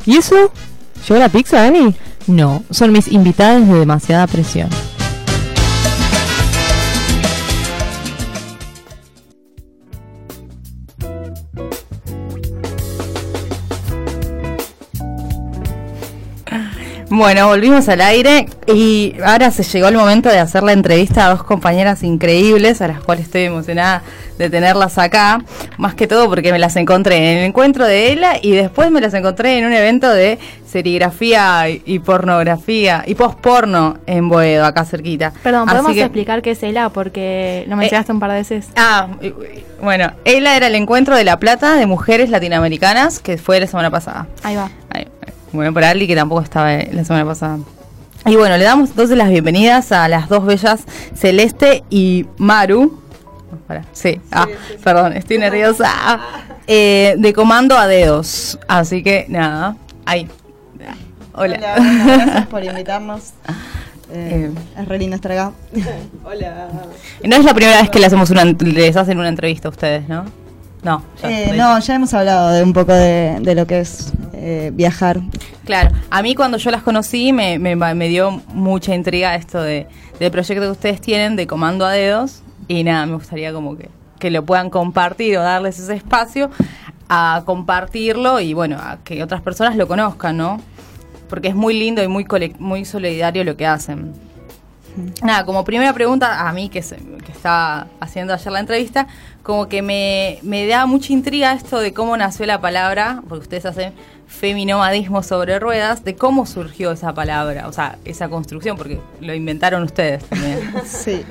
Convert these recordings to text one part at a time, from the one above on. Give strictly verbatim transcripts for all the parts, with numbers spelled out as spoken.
¿Y eso? ¿Llegó la pizza, Dani? No, son mis invitadas de Demasiada Presión. Bueno, volvimos al aire y ahora se llegó el momento de hacer la entrevista a dos compañeras increíbles, a las cuales estoy emocionada de tenerlas acá, más que todo porque me las encontré en el encuentro de ELA y después me las encontré en un evento de serigrafía y pornografía y post-porno en Boedo, acá cerquita. Perdón, ¿podemos que, explicar qué es ELA? Porque lo mencionaste eh, un par de veces. Ah, bueno, ELA era el encuentro de La Plata de mujeres latinoamericanas que fue la semana pasada. Ahí va. Ahí. Bueno, para Ali, que tampoco estaba la semana pasada. Y bueno, le damos entonces las bienvenidas a las dos bellas, Celeste y Maru. Para, sí, ah, sí, sí, perdón, estoy sí. nerviosa. Eh, de Comando a Dedos. Así que nada, ahí. Hola. Hola, bueno, gracias por invitarnos. Eh, eh. Es re lindo estar acá. Hola. No es la primera vez que les hacemos una, les hacen una entrevista a ustedes, ¿no? No, ya, eh, no, ya hemos hablado de un poco de, de lo que es eh, viajar. Claro, a mí cuando yo las conocí me, me, me dio mucha intriga esto de del proyecto que ustedes tienen de Comando a Dedos y nada, me gustaría como que, que lo puedan compartir o darles ese espacio a compartirlo y bueno, a que otras personas lo conozcan, ¿no? Porque es muy lindo y muy, muy solidario lo que hacen. Nada, como primera pregunta, a mí que, se, que estaba haciendo ayer la entrevista, como que me, me da mucha intriga esto de cómo nació la palabra, porque ustedes hacen feminomadismo sobre ruedas, de cómo surgió esa palabra, o sea, esa construcción, porque lo inventaron ustedes también. Sí.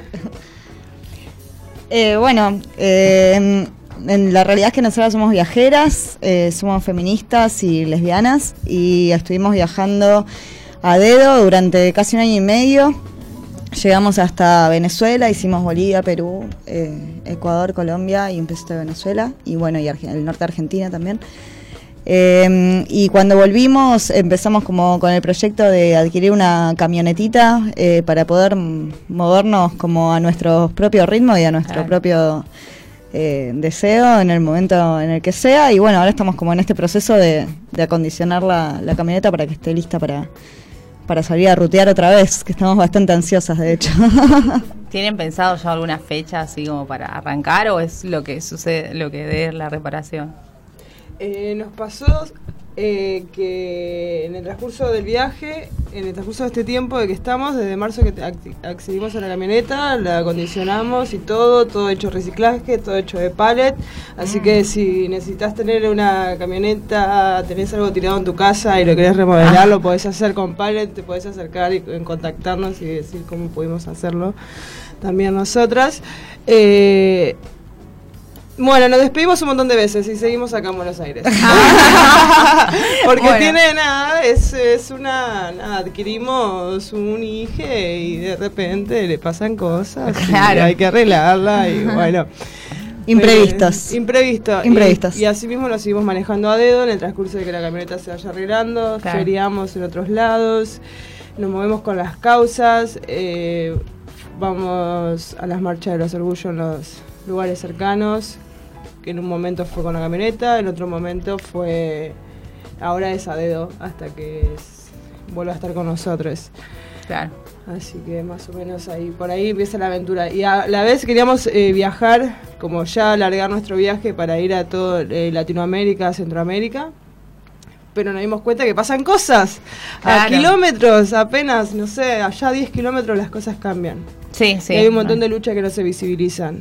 Eh, bueno, eh, en la realidad es que nosotras somos viajeras, eh, somos feministas y lesbianas, y estuvimos viajando a dedo durante casi un año y medio. Llegamos hasta Venezuela, hicimos Bolivia, Perú, eh, Ecuador, Colombia y un pedacito de Venezuela, y bueno, y Arge- el norte de Argentina también. Eh, y cuando volvimos empezamos como con el proyecto de adquirir una camionetita eh, para poder movernos como a nuestro propio ritmo y a nuestro claro. propio eh, deseo en el momento en el que sea, y bueno, ahora estamos como en este proceso de, de acondicionar la, la camioneta para que esté lista para... para salir a rutear otra vez, que estamos bastante ansiosas, de hecho. ¿Tienen pensado ya alguna fecha así como para arrancar o es lo que sucede, lo que dé la reparación? Eh, nos pasó eh, que en el transcurso del viaje, en el transcurso de este tiempo de que estamos, desde marzo que accedimos a la camioneta, la acondicionamos y todo, todo hecho reciclaje, todo hecho de pallet, así mm. que si necesitas tener una camioneta, tenés algo tirado en tu casa y lo querés remodelar, ah. lo podés hacer con pallet, te podés acercar y contactarnos y decir cómo pudimos hacerlo también nosotras. Eh, Bueno, nos despedimos un montón de veces y seguimos acá en Buenos Aires. Porque bueno. tiene nada, es, es una, nada, adquirimos un hijo y de repente le pasan cosas. Claro. Y hay que arreglarla y bueno. Imprevistos. Eh, imprevisto. Imprevistos. Y, y así mismo lo seguimos manejando a dedo en el transcurso de que la camioneta se vaya arreglando, claro. feriamos en otros lados, nos movemos con las causas, eh, vamos a las marchas de los orgullos en los lugares cercanos, que en un momento fue con la camioneta, en otro momento fue, ahora es a dedo, hasta que es, vuelva a estar con nosotros. Claro. Así que más o menos ahí, por ahí empieza la aventura. Y a la vez queríamos eh, viajar, como ya alargar nuestro viaje para ir a todo eh, Latinoamérica, Centroamérica, pero nos dimos cuenta que pasan cosas. Claro. A kilómetros, apenas, no sé, allá a diez kilómetros las cosas cambian. Sí, sí. Y hay un montón de luchas que no se visibilizan.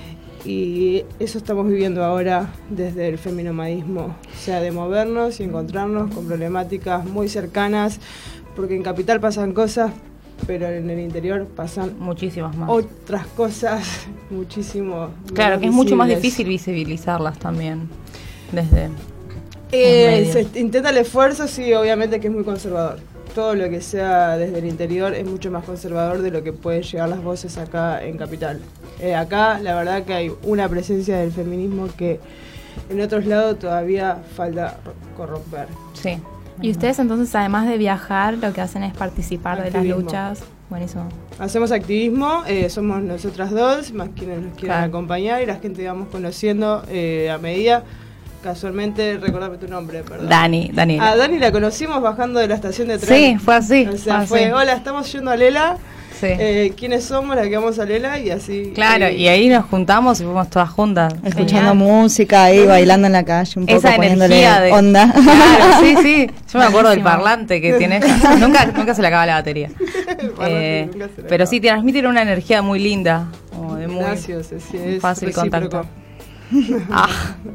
Y eso estamos viviendo ahora desde el feminomadismo, o sea, de movernos y encontrarnos con problemáticas muy cercanas, porque en Capital pasan cosas, pero en el interior pasan muchísimas más otras cosas, muchísimo. Claro, que es mucho más difícil visibilizarlas también desde eh, se intenta el esfuerzo, sí, obviamente que es muy conservador. Todo lo que sea desde el interior es mucho más conservador de lo que pueden llegar las voces acá en Capital. Eh, acá la verdad que hay una presencia del feminismo que en otros lados todavía falta corromper. Sí. Y ustedes entonces, además de viajar, lo que hacen es participar activismo. de las luchas. Buenísimo. Hacemos activismo, eh, somos nosotras dos, más quienes nos quieran claro. acompañar, y la gente que vamos conociendo eh, a medida. casualmente, recordame tu nombre, perdón. Dani, Dani. A Dani la conocimos bajando de la estación de tren. Sí, fue así. O sea, fue, fue, así. hola, estamos yendo a Lela. Sí. Eh, ¿Quiénes somos? Las que vamos a Lela y así. Claro, eh, y ahí nos juntamos y fuimos todas juntas. Escuchando Genial. música ahí, bailando en la calle, un poco Esa poniéndole energía de onda. Claro, sí, sí. Yo me acuerdo del Buenísimo. parlante que tiene ella. Nunca, nunca se le acaba la batería. parlante Eh, nunca se le pero acaba. sí, transmiten una energía muy linda. Como de muy Gracias, es, es fácil recíproco. contacto. Ah.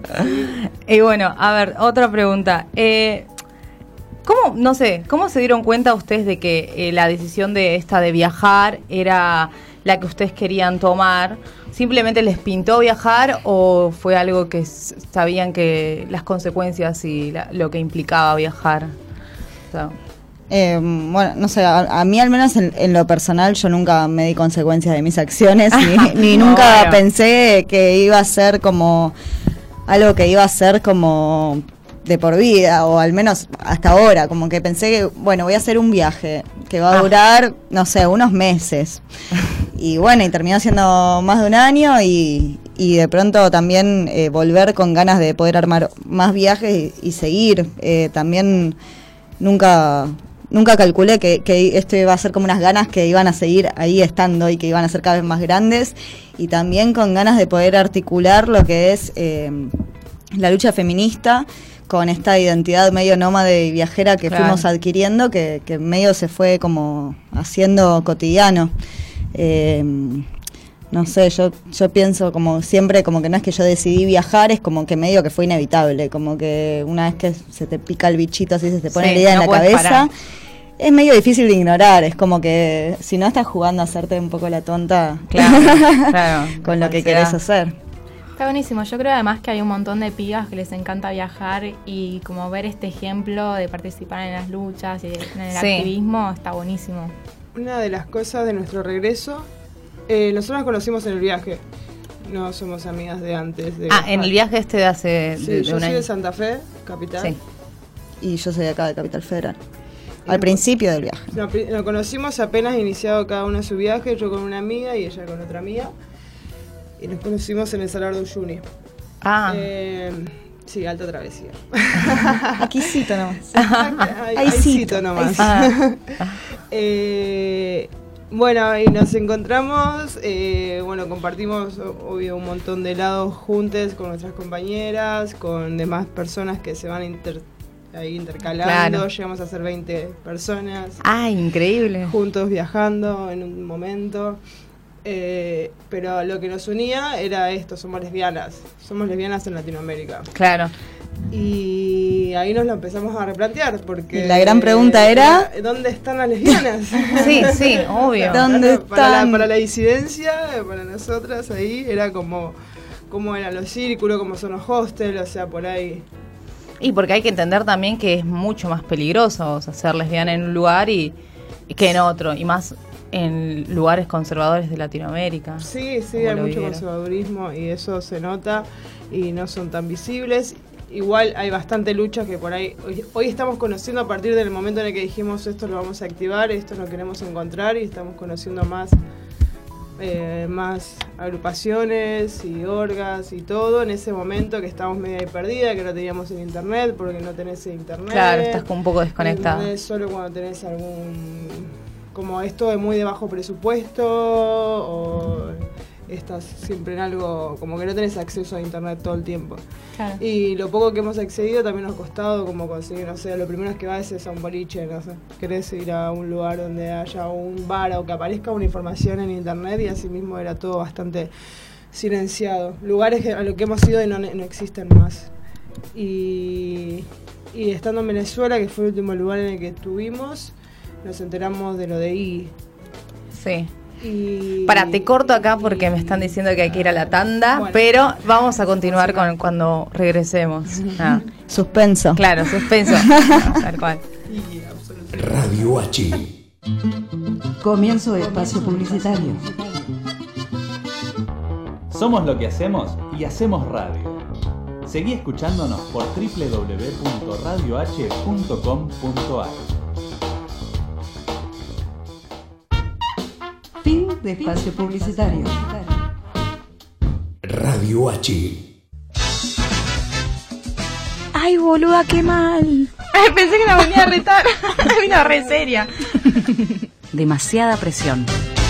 Y bueno, a ver, otra pregunta. Eh, ¿Cómo, no sé, cómo se dieron cuenta ustedes de que eh, la decisión de esta de viajar era la que ustedes querían tomar? ¿Simplemente les pintó viajar o fue algo que s- sabían que las consecuencias y la- lo que implicaba viajar? O sea, Eh, bueno, no sé, a, a mí al menos en, en lo personal yo nunca me di consecuencias de mis acciones, ni, ni No, nunca bueno. pensé que iba a ser como algo que iba a ser como de por vida, o al menos hasta ahora, como que pensé que, bueno, voy a hacer un viaje que va a Ah. durar, no sé, unos meses. Y bueno, y terminó siendo más de un año y, y de pronto también eh, volver con ganas de poder armar más viajes y, y seguir. Eh, también nunca nunca calculé que, que esto iba a ser como unas ganas que iban a seguir ahí estando y que iban a ser cada vez más grandes, y también con ganas de poder articular lo que es eh, la lucha feminista con esta identidad medio nómade y viajera que Claro. fuimos adquiriendo, que, que medio se fue como haciendo cotidiano. Eh, no sé, yo yo pienso como siempre, como que no es que yo decidí viajar, es como que medio que fue inevitable, como que una vez que se te pica el bichito, así se te pone Sí, la idea no en la puedes cabeza, parar. es medio difícil de ignorar, es como que si no estás jugando a hacerte un poco la tonta claro, claro. con lo que Se da. querés hacer. Está buenísimo. Yo creo además que hay un montón de pibas que les encanta viajar y como ver este ejemplo de participar en las luchas y en el Sí. activismo está buenísimo. Una de las cosas de nuestro regreso, eh, nosotros nos conocimos en el viaje. No somos amigas de antes. De Ah, viajar. en el viaje este de hace Sí, de, de yo un soy año. de Santa Fe, capital. Sí. Y yo soy de acá, de Capital Federal. Y Al no- principio del viaje. Nos, pri- nos conocimos apenas iniciado cada uno su viaje, yo con una amiga y ella con otra amiga. Y nos conocimos en el Salar de Uyuni. Ah, Eh, sí, alta travesía. Aquícito nomás. Ahí Ahí cito, cito nomás. ah, Eh, bueno, y nos encontramos, eh, bueno, compartimos o- obvio un montón de helados juntos con nuestras compañeras, con demás personas que se van inter- ahí intercalando, Claro. llegamos a ser veinte personas ah, increíble. juntos viajando en un momento. Eh, pero lo que nos unía era esto, somos lesbianas, somos lesbianas en Latinoamérica. Claro. Y ahí nos lo empezamos a replantear, porque... Y la gran pregunta era- ¿dónde están las lesbianas? Sí, sí, obvio. ¿Dónde Para, para la, están? para la disidencia, para nosotras ahí, era como cómo eran los círculos, cómo son los hostels, o sea, por ahí. Y porque hay que entender también que es mucho más peligroso, o sea, ser lesbiana en un lugar y, y que en otro, y más en lugares conservadores de Latinoamérica. Sí, sí, Como hay lo mucho vivieron. conservadurismo y eso se nota y no son tan visibles. Igual hay bastante lucha que por ahí, hoy, hoy estamos conociendo a partir del momento en el que dijimos esto lo vamos a activar, esto lo queremos encontrar y estamos conociendo más, eh, más agrupaciones y orgas y todo en ese momento que estábamos medio ahí perdida, que no teníamos el internet porque no tenés el internet. Claro, estás como un poco desconectada. Internet solo cuando tenés algún, como esto de muy de bajo presupuesto o estás siempre en algo, como que no tenés acceso a internet todo el tiempo. Claro. Y lo poco que hemos accedido también nos ha costado como conseguir, no sé, lo primero que vas es a un boliche, no sé, querés ir a un lugar donde haya un bar o que aparezca una información en internet y así mismo era todo bastante silenciado. Lugares que, a los que hemos ido y no, no existen más. Y, y estando en Venezuela, que fue el último lugar en el que estuvimos, nos enteramos de lo de I. Sí. Y, Para, te corto acá porque me están diciendo que hay que ir a la tanda, Bueno. pero vamos a continuar con cuando regresemos. Ah, Suspenso. claro, suspenso. Ah, tal cual. y absolutamente. Radio H. Comienzo de espacio publicitario. Somos lo que hacemos y hacemos radio. Seguí escuchándonos por doble u doble u doble u punto radio h punto com punto a r. Fin de espacio publicitario. Radio H. ¡Ay, boluda, qué mal! Ay, pensé que nos venía a retar. Me vino re seria. Demasiada presión.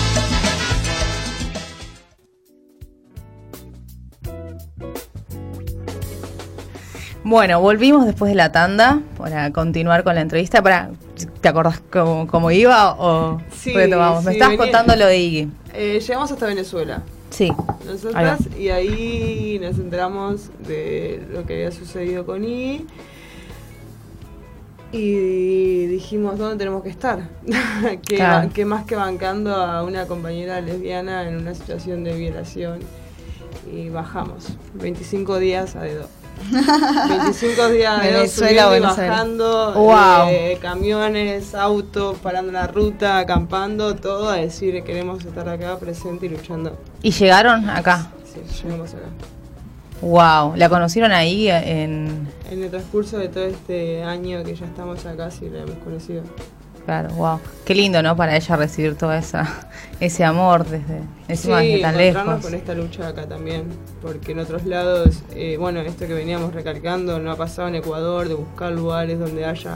Bueno, volvimos después de la tanda para continuar con la entrevista. Para, ¿te acordás cómo, cómo iba o Sí, retomamos? Me sí, estabas venía- contando lo de Iggy. Eh, llegamos hasta Venezuela. Sí. Nosotras, y ahí nos enteramos de lo que había sucedido con I y dijimos, ¿dónde tenemos que estar? ¿Qué, Claro. qué más que bancando a una compañera lesbiana en una situación de violación? Y bajamos, veinticinco días a dedo. veinticinco días a dedo, Venezuela, subiendo y Buenos Aires. bajando, Wow. eh, camiones, autos, parando la ruta, acampando, todo a decir queremos estar acá presente y luchando. ¿Y llegaron acá? Sí, llegamos acá. Wow. ¿La conocieron ahí en...? En el transcurso de todo este año que ya estamos acá, sí la hemos conocido. Claro, wow. Qué lindo, ¿no? Para ella recibir todo esa, ese amor desde, encima Sí, desde tan encontrarnos lejos. con esta lucha acá también, porque en otros lados, eh, bueno, esto que veníamos recalcando, no ha pasado en Ecuador, de buscar lugares donde haya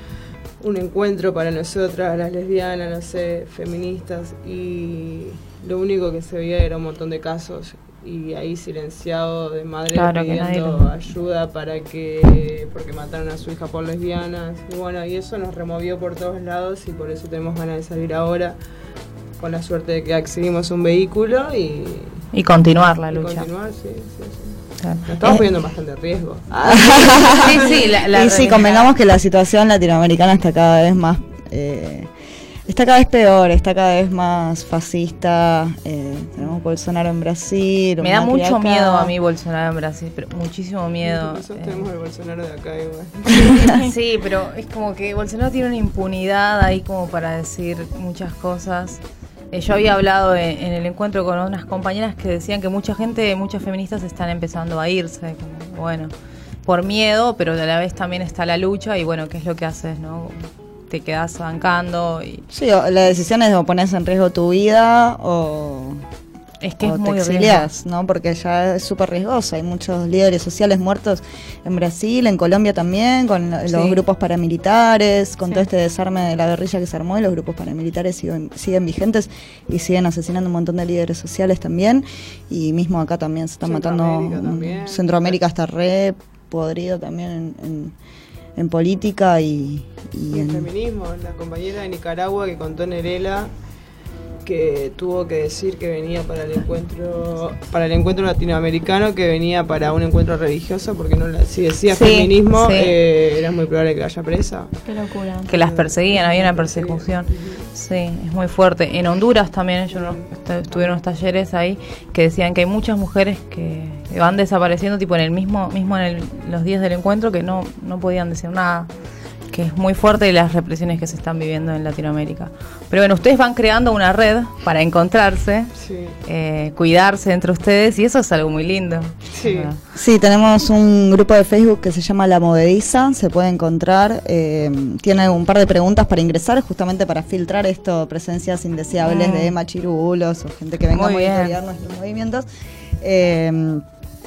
un encuentro para nosotras, las lesbianas, no sé, feministas, y lo único que se veía era un montón de casos, y ahí silenciado de madres Claro, que nadie pidiendo lo- ayuda para que, porque mataron a su hija por lesbianas, y bueno, y eso nos removió por todos lados, y por eso tenemos ganas de salir ahora, con la suerte de que accedimos a un vehículo y, Y continuar la y lucha. continuar, sí, sí, sí. Claro. Nos estamos Eh, poniendo en bastante riesgo. Sí, sí, la, la y sí, realidad- convengamos que la situación latinoamericana está cada vez más... eh, está cada vez peor, está cada vez más fascista. Eh, tenemos Bolsonaro en Brasil. Me da Macri mucho acá. miedo a mí Bolsonaro en Brasil, pero muchísimo miedo. Nosotros eh. tenemos el Bolsonaro de acá igual. Sí, pero es como que Bolsonaro tiene una impunidad ahí como para decir muchas cosas. Eh, yo había hablado en, en el encuentro con unas compañeras que decían que mucha gente, muchas feministas están empezando a irse, como, bueno, por miedo, pero a la vez también está la lucha y bueno, ¿qué es lo que haces, no? Te quedas bancando y Sí, o- la decisión es o pones en riesgo tu vida o, es que o es te muy exilias, ¿no? Porque ya es súper riesgoso. Hay muchos líderes sociales muertos en Brasil, en Colombia también, con lo- los Sí. grupos paramilitares, con Sí. todo este desarme de la guerrilla que se armó, y los grupos paramilitares siguen, siguen vigentes y siguen asesinando un montón de líderes sociales también. Y mismo acá también se están matando. Centroamérica un- también. Centroamérica está re podrido también en, en, en política y, y Y el en, feminismo, la compañera de Nicaragua que contó Nerela que tuvo que decir que venía para el encuentro para el encuentro latinoamericano, que venía para un encuentro religioso, porque no la- si decía Sí, feminismo sí. eh, era muy probable que vaya presa. Qué locura. que las perseguían, había una persecución. Sí, es muy fuerte. En Honduras también ellos no- est- estuvieron unos talleres ahí que decían que hay muchas mujeres que van desapareciendo tipo en el mismo mismo en el- los días del encuentro, que no no podían decir nada, que es muy fuerte las represiones que se están viviendo en Latinoamérica. Pero bueno, ustedes van creando una red para encontrarse, Sí. eh, cuidarse entre ustedes y eso es algo muy lindo. Sí. ¿Verdad? Sí, tenemos un grupo de Facebook que se llama La Movediza, se puede encontrar, eh, tiene un par de preguntas para ingresar, justamente para filtrar esto, presencias indeseables Mm. de machirulos o gente que venga Muy a bien. monitorear nuestros movimientos. Eh,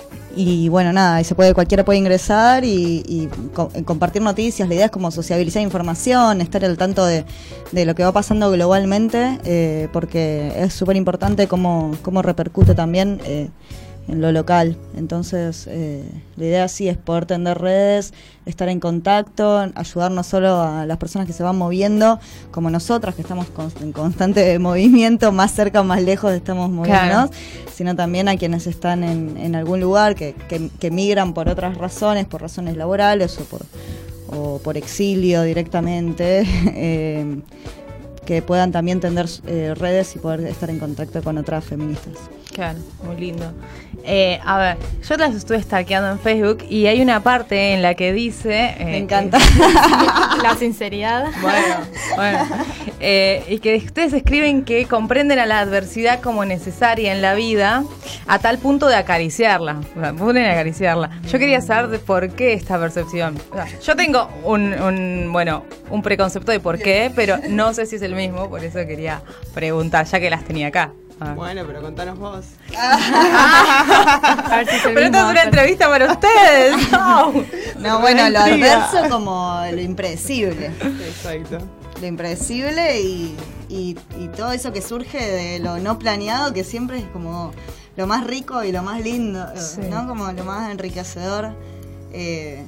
y bueno, nada, y se puede, cualquiera puede ingresar y, y co- compartir noticias. La idea es como sociabilizar información, estar al tanto de, de lo que va pasando globalmente, eh, porque es súper importante cómo, cómo repercute también eh, en lo local. Entonces, eh, la idea sí es poder tender redes, estar en contacto, ayudar no solo a las personas que se van moviendo, como nosotras, que estamos const- en constante movimiento, más cerca o más lejos estamos moviéndonos, sino también a quienes están en, en algún lugar, que, que, que migran por otras razones, por razones laborales o por, o por exilio directamente, eh, que puedan también tender eh, redes y poder estar en contacto con otras feministas. Claro, muy lindo. Eh, a ver, yo las estuve stalkeando en Facebook y hay una parte en la que dice... eh, Me encanta. La sinceridad. Bueno, bueno. Eh, y que ustedes escriben que comprenden a la adversidad como necesaria en la vida a tal punto de acariciarla. O sea, ponen a acariciarla. Yo quería saber de por qué esta percepción. O sea, yo tengo un, un, bueno, un preconcepto de por qué, pero no sé si es el mismo, por eso quería preguntar, ya que las tenía acá. Ah. Bueno, pero contanos vos. A ver si es el Pero mismo. esta es una entrevista para ustedes. No. No, bueno, lo adverso como lo impredecible. Exacto. Lo impredecible y, y, y todo eso que surge de lo no planeado, que siempre es como lo más rico y lo más lindo, Sí. ¿no? Como lo más enriquecedor. Eh,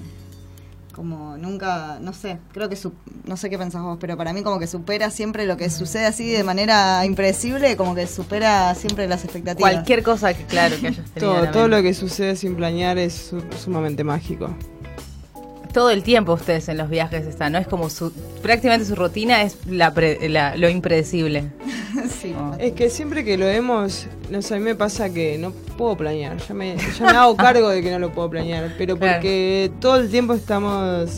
como nunca, no sé, creo que, su, no sé qué pensás vos, pero para mí como que supera siempre lo que sucede así de manera impredecible, como que supera siempre las expectativas. Cualquier cosa que, claro, que hayas tenido. en Todo, la todo mente. lo que sucede sin planear es su- sumamente mágico. Todo el tiempo ustedes en los viajes están, ¿no? Es como su, prácticamente su rutina es la pre- la- lo impredecible. Sí. Oh. Es que siempre que lo vemos, no sé, a mí me pasa que no puedo planear. Ya me, ya me hago cargo de que no lo puedo planear. Pero Claro. porque todo el tiempo estamos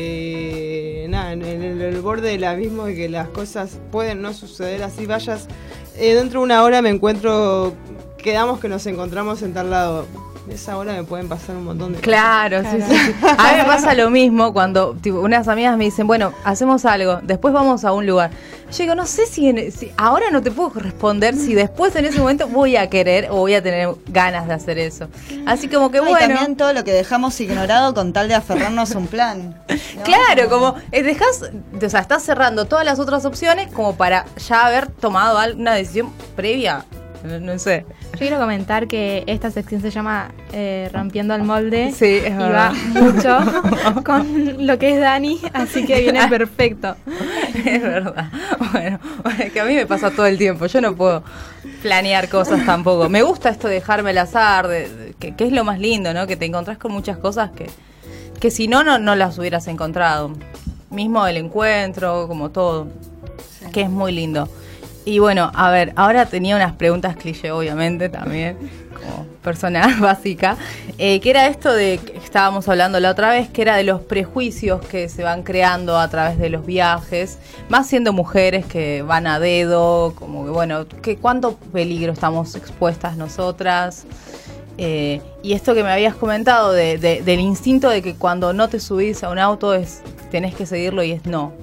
eh, nada, en, el, en el borde del abismo de que las cosas pueden no suceder así. Vayas, eh, dentro de una hora me encuentro, quedamos que nos encontramos en tal lado. En esa hora me pueden pasar un montón de Claro, sí, sí, sí. A mí me pasa lo mismo cuando tipo, unas amigas me dicen, bueno, hacemos algo, después vamos a un lugar. Yo digo, no sé si, en- si ahora no te puedo responder si después en ese momento voy a querer o voy a tener ganas de hacer eso. Así como que No, y bueno. también todo lo que dejamos ignorado con tal de aferrarnos a un plan. ¿no? Claro, como eh, dejas, o sea, estás cerrando todas las otras opciones como para ya haber tomado alguna decisión previa. No, no sé. Yo quiero comentar que esta sección se llama eh, Rompiendo el Molde. Sí, es y verdad. va mucho con lo que es Dani, así que viene perfecto. Es verdad. Bueno, es que a mí me pasa todo el tiempo. Yo no puedo planear cosas tampoco. Me gusta esto de dejarme al azar, de, de- que, que es lo más lindo, ¿no? Que te encontrás con muchas cosas que, que si no, no, no las hubieras encontrado. Mismo el encuentro, como todo. Que es muy lindo. Y bueno, a ver, ahora tenía unas preguntas cliché, obviamente, también, como persona básica, eh, que era esto de que estábamos hablando la otra vez, que era de los prejuicios que se van creando a través de los viajes, más siendo mujeres que van a dedo, como que bueno, que cuánto peligro estamos expuestas nosotras. Eh, y esto que me habías comentado de, de- del instinto de que cuando no te subís a un auto es tenés que seguirlo y es no.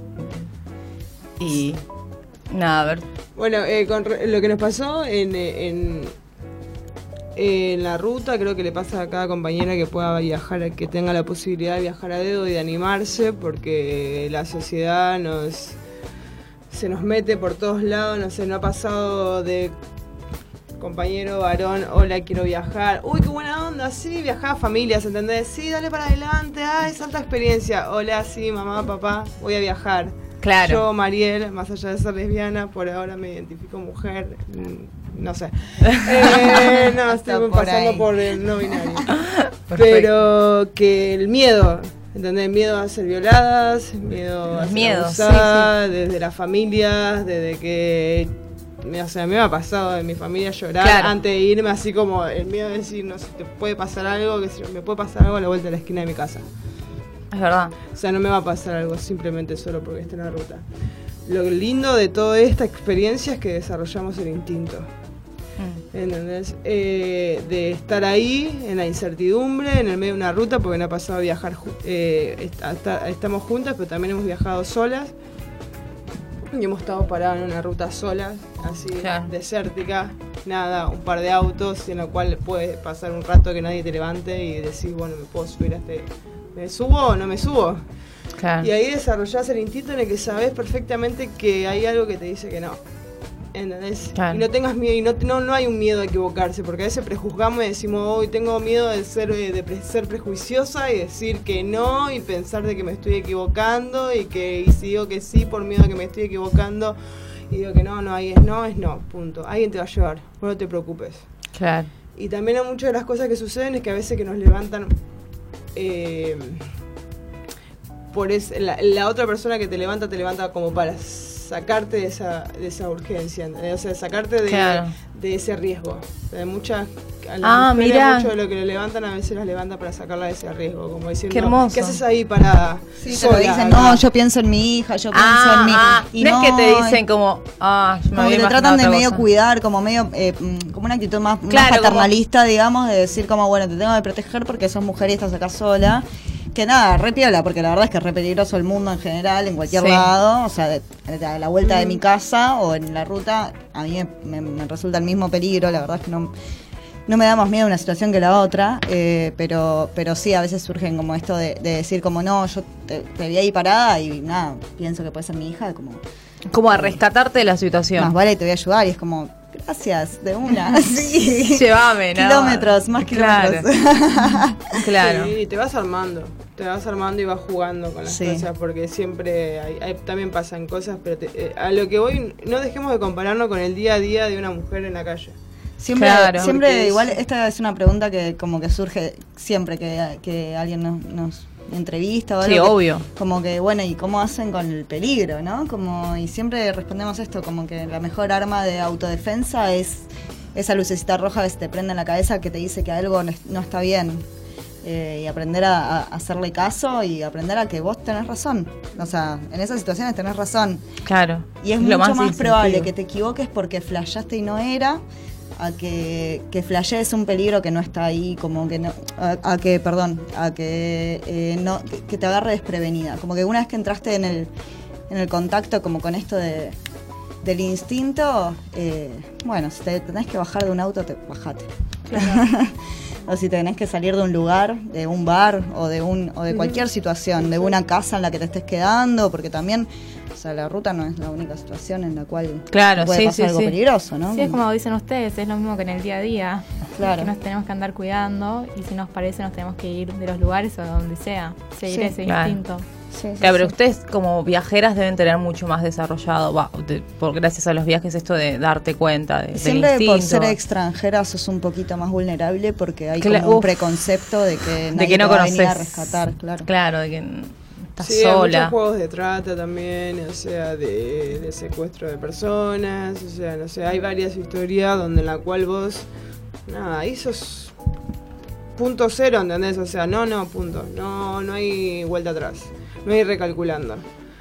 Y nada, a ver. Bueno, eh, con re- lo que nos pasó en, eh, en, en la ruta, creo que le pasa a cada compañera que pueda viajar, que tenga la posibilidad de viajar a dedo y de animarse, porque la sociedad nos se nos mete por todos lados, no sé, no ha pasado de compañero varón, hola, quiero viajar, uy, qué buena onda, sí, viajá a familias, ¿entendés? Sí, dale para adelante, ay, es alta experiencia, hola, sí, mamá, papá, voy a viajar. Claro. Yo, Mariel, más allá de ser lesbiana, por ahora me identifico mujer, mm, no sé. Eh, no, Está estoy por pasando ahí. por el no binario. Perfecto. Pero que el miedo, ¿entendés? Miedo a ser violadas, miedo a ser Miedos, abusadas, desde las familias, desde que... O sea, a mí me ha pasado en mi familia llorar Claro. antes de irme, así como el miedo de decir, no sé, te puede pasar algo, que si me puede pasar algo a la vuelta de la esquina de mi casa. Es verdad. O sea, no me va a pasar algo simplemente solo porque esté en la ruta. Lo lindo de toda esta experiencia es que desarrollamos el instinto. Mm. ¿Entendés? Eh, de estar ahí, en la incertidumbre, en el medio de una ruta, porque no ha pasado a viajar, ju- eh, est- hasta- estamos juntas, pero también hemos viajado solas. Y hemos estado paradas en una ruta solas, así, Claro. desértica, nada, un par de autos, en lo cual puede pasar un rato que nadie te levante y decís, bueno, me puedo subir a este... ¿Me subo o no me subo? Claro. Y ahí desarrollás el instinto en el que sabes perfectamente que hay algo que te dice que no. ¿Entendés? Claro. Y no tengas miedo, y no, no, no hay un miedo a equivocarse, porque a veces prejuzgamos y decimos, hoy tengo miedo de ser, eh, de pre- ser prejuiciosa y decir que no, y pensar de que me estoy equivocando, y que y si digo que sí por miedo a que me estoy equivocando, y digo que no, no, ahí es no, es no, punto. Alguien te va a llevar, no te preocupes. Claro. Y también hay muchas de las cosas que suceden es que a veces que nos levantan eh, por es, la, la otra persona que te levanta te levanta como para sacarte de esa, de esa urgencia, ¿entendés? O sea, sacarte de, Claro. de ese riesgo. De muchas, a las Ah, mujeres, mirá. mucho de lo que le levantan a veces las levanta para sacarla de ese riesgo, como diciendo, Qué hermoso. ¿qué haces ahí para Sí, te sola lo dicen, acá?" no, yo pienso en mi hija, yo pienso en mí. Ah, Y no, es que te dicen como, ah, me como había que te imaginado tratan de otra medio cosa. cuidar, como medio, eh, mm, como una actitud más, más Claro, como- paternalista, digamos, de decir como, bueno, te tengo que proteger porque sos mujer y estás acá sola. Que nada, re piola, porque la verdad es que es re peligroso el mundo en general, en cualquier Sí. lado. O sea, de- de- a la vuelta de mi casa o en la ruta, a mí me, me resulta el mismo peligro, la verdad es que no... no me da más miedo una situación que la otra, eh, pero pero sí, a veces surgen como esto de, de decir como, no, yo te, te vi ahí parada y nada, pienso que puede ser mi hija, como... Como a rescatarte de la situación. Más vale, te voy a ayudar, y es como, gracias, de una, sí. Llévame, ¿no? Kilómetros, más kilómetros. Claro. Claro. Sí, te vas armando, te vas armando y vas jugando con las Sí. cosas, porque siempre hay, hay- también pasan cosas, pero te- eh, a lo que voy, no dejemos de compararnos con el día a día de una mujer en la calle. Siempre, Claro. siempre Porque es- igual, esta es una pregunta que como que surge siempre que, que alguien nos, nos entrevista o algo. Sí, que- obvio. Como que, bueno, ¿y cómo hacen con el peligro, no? Como, y siempre respondemos esto, como que la mejor arma de autodefensa es esa lucecita roja que se te prende en la cabeza que te dice que algo no, es- no está bien. Eh, y aprender a, a hacerle caso y aprender a que vos tenés razón. O sea, en esas situaciones tenés razón. Claro. Y es, lo mucho más, instintivo. probable que te equivoques porque flashaste y no era, a que, que flashees un peligro que no está ahí, como que no, a, a que, perdón, a que eh, no, que, que te agarre desprevenida. Como que una vez que entraste en el, en el contacto como con esto de, del instinto, eh, bueno, si te tenés que bajar de un auto, te bajate. O si tenés que salir de un lugar, de un bar o de un o de cualquier situación, de una casa en la que te estés quedando, porque también, o sea, la ruta no es la única situación en la cual Claro, puede sí, pasar sí, algo sí. peligroso, ¿no? Sí, es como dicen ustedes, es lo mismo que en el día a día. Claro. Que nos tenemos que andar cuidando y si nos parece nos tenemos que ir de los lugares o donde sea, seguir Sí, ese claro. instinto. Sí, sí, Claro, pero sí. ustedes como viajeras deben tener mucho más desarrollado, va, de- por gracias a los viajes, esto de darte cuenta de, del Siempre por instinto. ser extranjera sos un poquito más vulnerable porque hay Cla- como un uf. preconcepto de que nadie de que no te va a venir a conoces. rescatar, claro. Claro, de que estás Sí, hay muchos sola. juegos de trata también, o sea, de, de secuestro de personas, o sea, no sé, hay varias historias donde en la cual vos, nada, ahí sos punto cero, ¿entendés? O sea, no, no, punto, no, no hay vuelta atrás, no hay recalculando.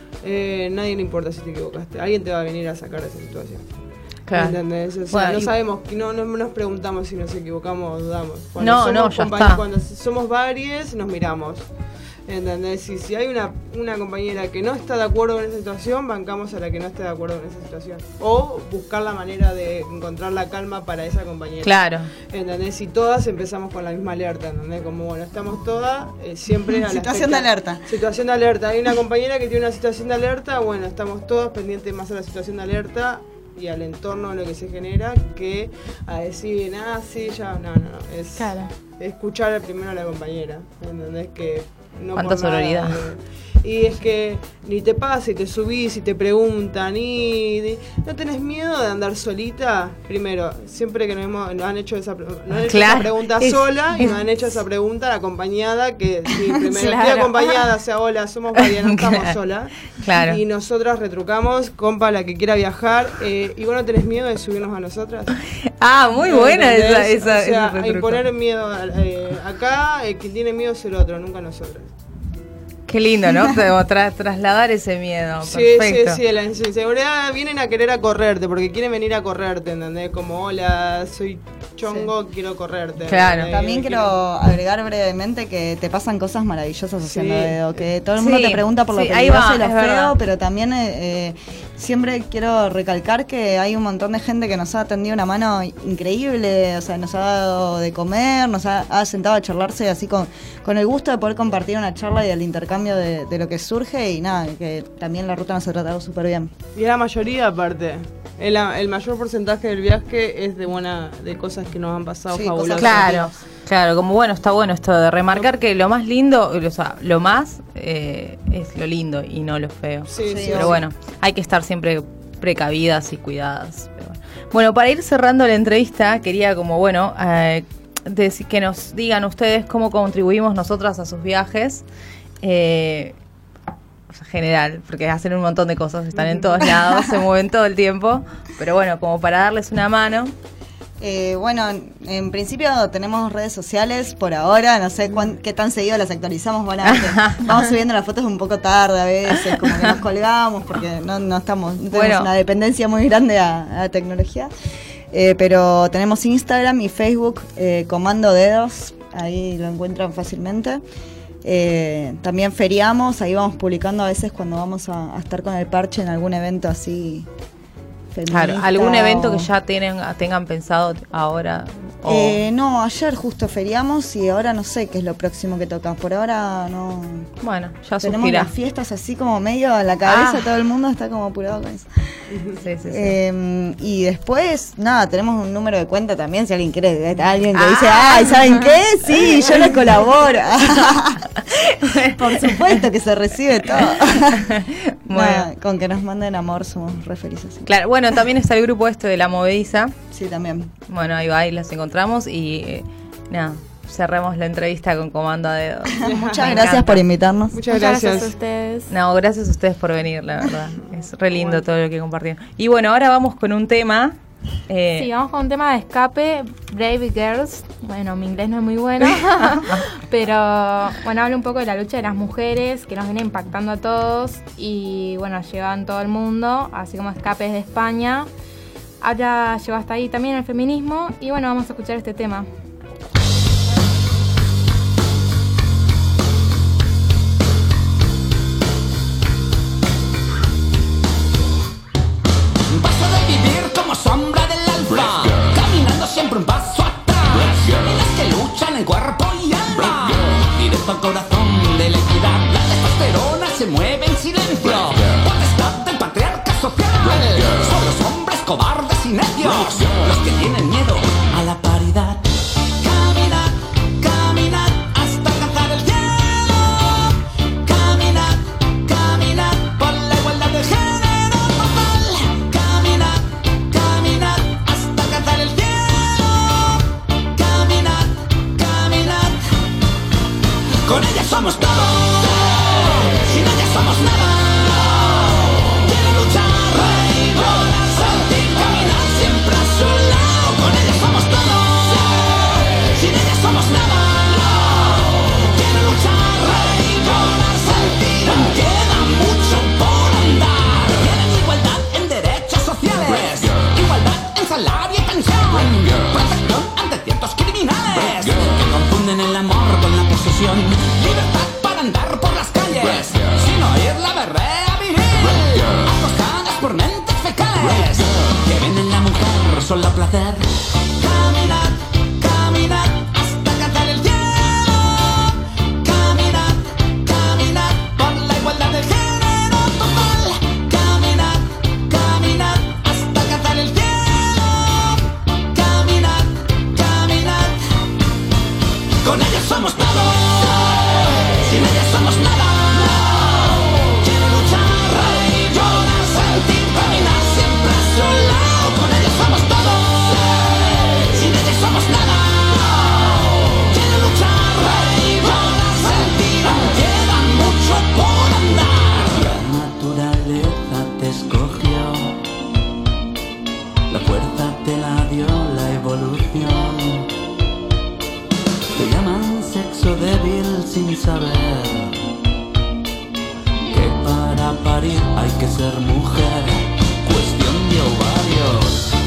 Eh, nadie le importa si te equivocaste, alguien te va a venir a sacar de esa situación. Claro. ¿Entendés? O sea, Bueno, no y- sabemos, no, no nos preguntamos si nos equivocamos o dudamos. Cuando No, somos no, ya compañ- está. Cuando somos varios, nos miramos. ¿Entendés? Y si hay una, una compañera que no está de acuerdo con esa situación, bancamos a la que no esté de acuerdo con esa situación. O buscar la manera de encontrar la calma para esa compañera. Claro. ¿Entendés? Y todas empezamos con la misma alerta, ¿entendés? Como, bueno, estamos todas eh, siempre a la Situación de expecta- alerta. Situación de alerta. Hay una compañera que tiene una situación de alerta, bueno, estamos todos pendientes más a la situación de alerta y al entorno de lo que se genera que a decir, ah, sí, ya, no, no, no. Es Claro. escuchar primero a la compañera, ¿entendés? Que no Cuánta por nada, sororidad. eh, y es que ni te pasa y te subís y te preguntan y de- no tenés miedo de andar solita. Primero, siempre que nos, hemos, nos han hecho esa, pre- nos han hecho Claro. esa pregunta Es- sola y es- nos han hecho esa pregunta acompañada, que sí, primero estoy Claro. acompañada, o sea, hola, somos varias, no estamos Claro. solas. Claro. Y nosotras retrucamos, compa, la que quiera viajar, eh, y vos no tenés miedo de subirnos a nosotras. Ah, muy buena esa, ¿Entendés? esa, o sea, ese a retruco. imponer miedo eh, acá, eh, quien tiene miedo es el otro, nunca nosotros. Qué lindo, ¿no? Como tra- trasladar ese miedo. Sí, Perfecto. sí, sí, la inseguridad vienen a querer a correrte, porque quieren venir a correrte, ¿entendés? Como, hola, soy chongo, quiero correrte. Claro. ¿entendés? También quiero agregar brevemente que te pasan cosas maravillosas haciendo Sí. dedo, que todo el mundo Sí, te pregunta por lo sí, ahí peligroso va, y lo es feo, verdad. pero también eh, eh, siempre quiero recalcar que hay un montón de gente que nos ha tendido una mano increíble, o sea, nos ha dado de comer, nos ha, ha sentado a charlarse así con, con el gusto de poder compartir una charla y el intercambio de, de lo que surge y nada, que también la ruta nos ha tratado súper bien. Y la mayoría, aparte, el, el mayor porcentaje del viaje es de buena, de cosas que nos han pasado Sí, fabulosas. cosas Claro, claro, como bueno, está bueno esto de remarcar que lo más lindo, o sea, lo más eh, es lo lindo y no lo feo. Sí, Sí, sí, Pero sí. bueno, hay que estar siempre precavidas y cuidadas. Pero bueno. Bueno, para ir cerrando la entrevista, quería como, bueno, eh, decir que nos digan ustedes cómo contribuimos nosotras a sus viajes. Eh, o sea, general, porque hacen un montón de cosas, están en todos lados, se mueven todo el tiempo. Pero bueno, como para darles una mano. Eh, bueno, en principio tenemos redes sociales por ahora, no sé cuán, qué tan seguido las actualizamos, van a ver que vamos subiendo las fotos un poco tarde a veces, como que nos colgamos porque no, no estamos, no tenemos Bueno. una dependencia muy grande a, a la tecnología. Eh, pero tenemos Instagram y Facebook, eh, Comando Dedos, ahí lo encuentran fácilmente. Eh, también feriamos, ahí vamos publicando a veces cuando vamos a, a estar con el parche en algún evento así. Claro, feminista algún evento o- que ya tienen, tengan pensado ahora O... Eh, no, ayer justo feriamos y ahora no sé qué es lo próximo que toca. Por ahora no. Bueno, ya tenemos suspirá. las fiestas así como medio a la cabeza, Ah. todo el mundo está como apurado con eso. Sí, sí, sí. Eh, y después, nada, tenemos un número de cuenta también, si alguien quiere, alguien que Ah. dice, ay, ¿saben qué? Sí, yo les colaboro. Por supuesto que se recibe todo. Bueno. Nada, con que nos manden amor somos re felices. Sí. Claro, bueno, también está el grupo este de La Movediza. Sí, también. Bueno, ahí va, ahí las encontramos y eh, nada, cerremos la entrevista con Comando a Dedos. Muchas Me gracias encanta. por invitarnos. Muchas Muchas gracias. gracias a ustedes. No, gracias a ustedes por venir, la verdad. Es re lindo todo lo que compartieron. Y bueno, ahora vamos con un tema. Eh, Sí, vamos con un tema de escape, Brave Girls. Bueno, mi inglés no es muy bueno, pero bueno, habla un poco de la lucha de las mujeres que nos viene impactando a todos y bueno, llevan todo el mundo, así como escapes de España. Ahora llegó hasta ahí también el feminismo y bueno, vamos a escuchar este tema. Paso de vivir como sombra del alfa, caminando siempre un paso atrás. Las que luchan en cuerpo y alma, directo al corazón de la equidad. La testosterona se mueve en silencio, potestad del patriarca social. Son los hombres cobardes y necios los que tienen miedo a la paridad. Caminad, caminad hasta alcanzar el cielo. Caminad, caminad por la igualdad de género total. Caminad, caminad hasta alcanzar el cielo. Caminad, caminad. Con ellas somos todo, sin ellas somos nada. Quieren luchar, reivindicar, sentir, caminar siempre a su lado. Con ellas somos todo, sin ellas somos nada. Quieren luchar, reivindicar, sentir, aún queda mucho por andar. Quieren igualdad en derechos sociales, igualdad en salario y pensión, protección ante ciertos criminales que confunden el amor con la posesión. Libertad para andar por las calles sin oír la berrea viril, acosadas por mentes fecales que ven en la mujer solo placer. Caminad, caminad hasta alcanzar el cielo. Caminad, caminad por la igualdad de género total. Caminad, caminad hasta alcanzar el cielo. Caminad, caminad. Con ellos somos todo, sin ellas somos nada. Quieren luchar, reír, llorar, sentir, caminar siempre a su lado. Con ellos somos todo, sin ellas somos nada. Quieren luchar, reír, llorar, sentir, aún queda mucho por andar. La naturaleza te escogió, la fuerza te la dio la evolución. Te llaman sexo débil sin saber que para parir hay que ser mujer. Cuestión de ovarios.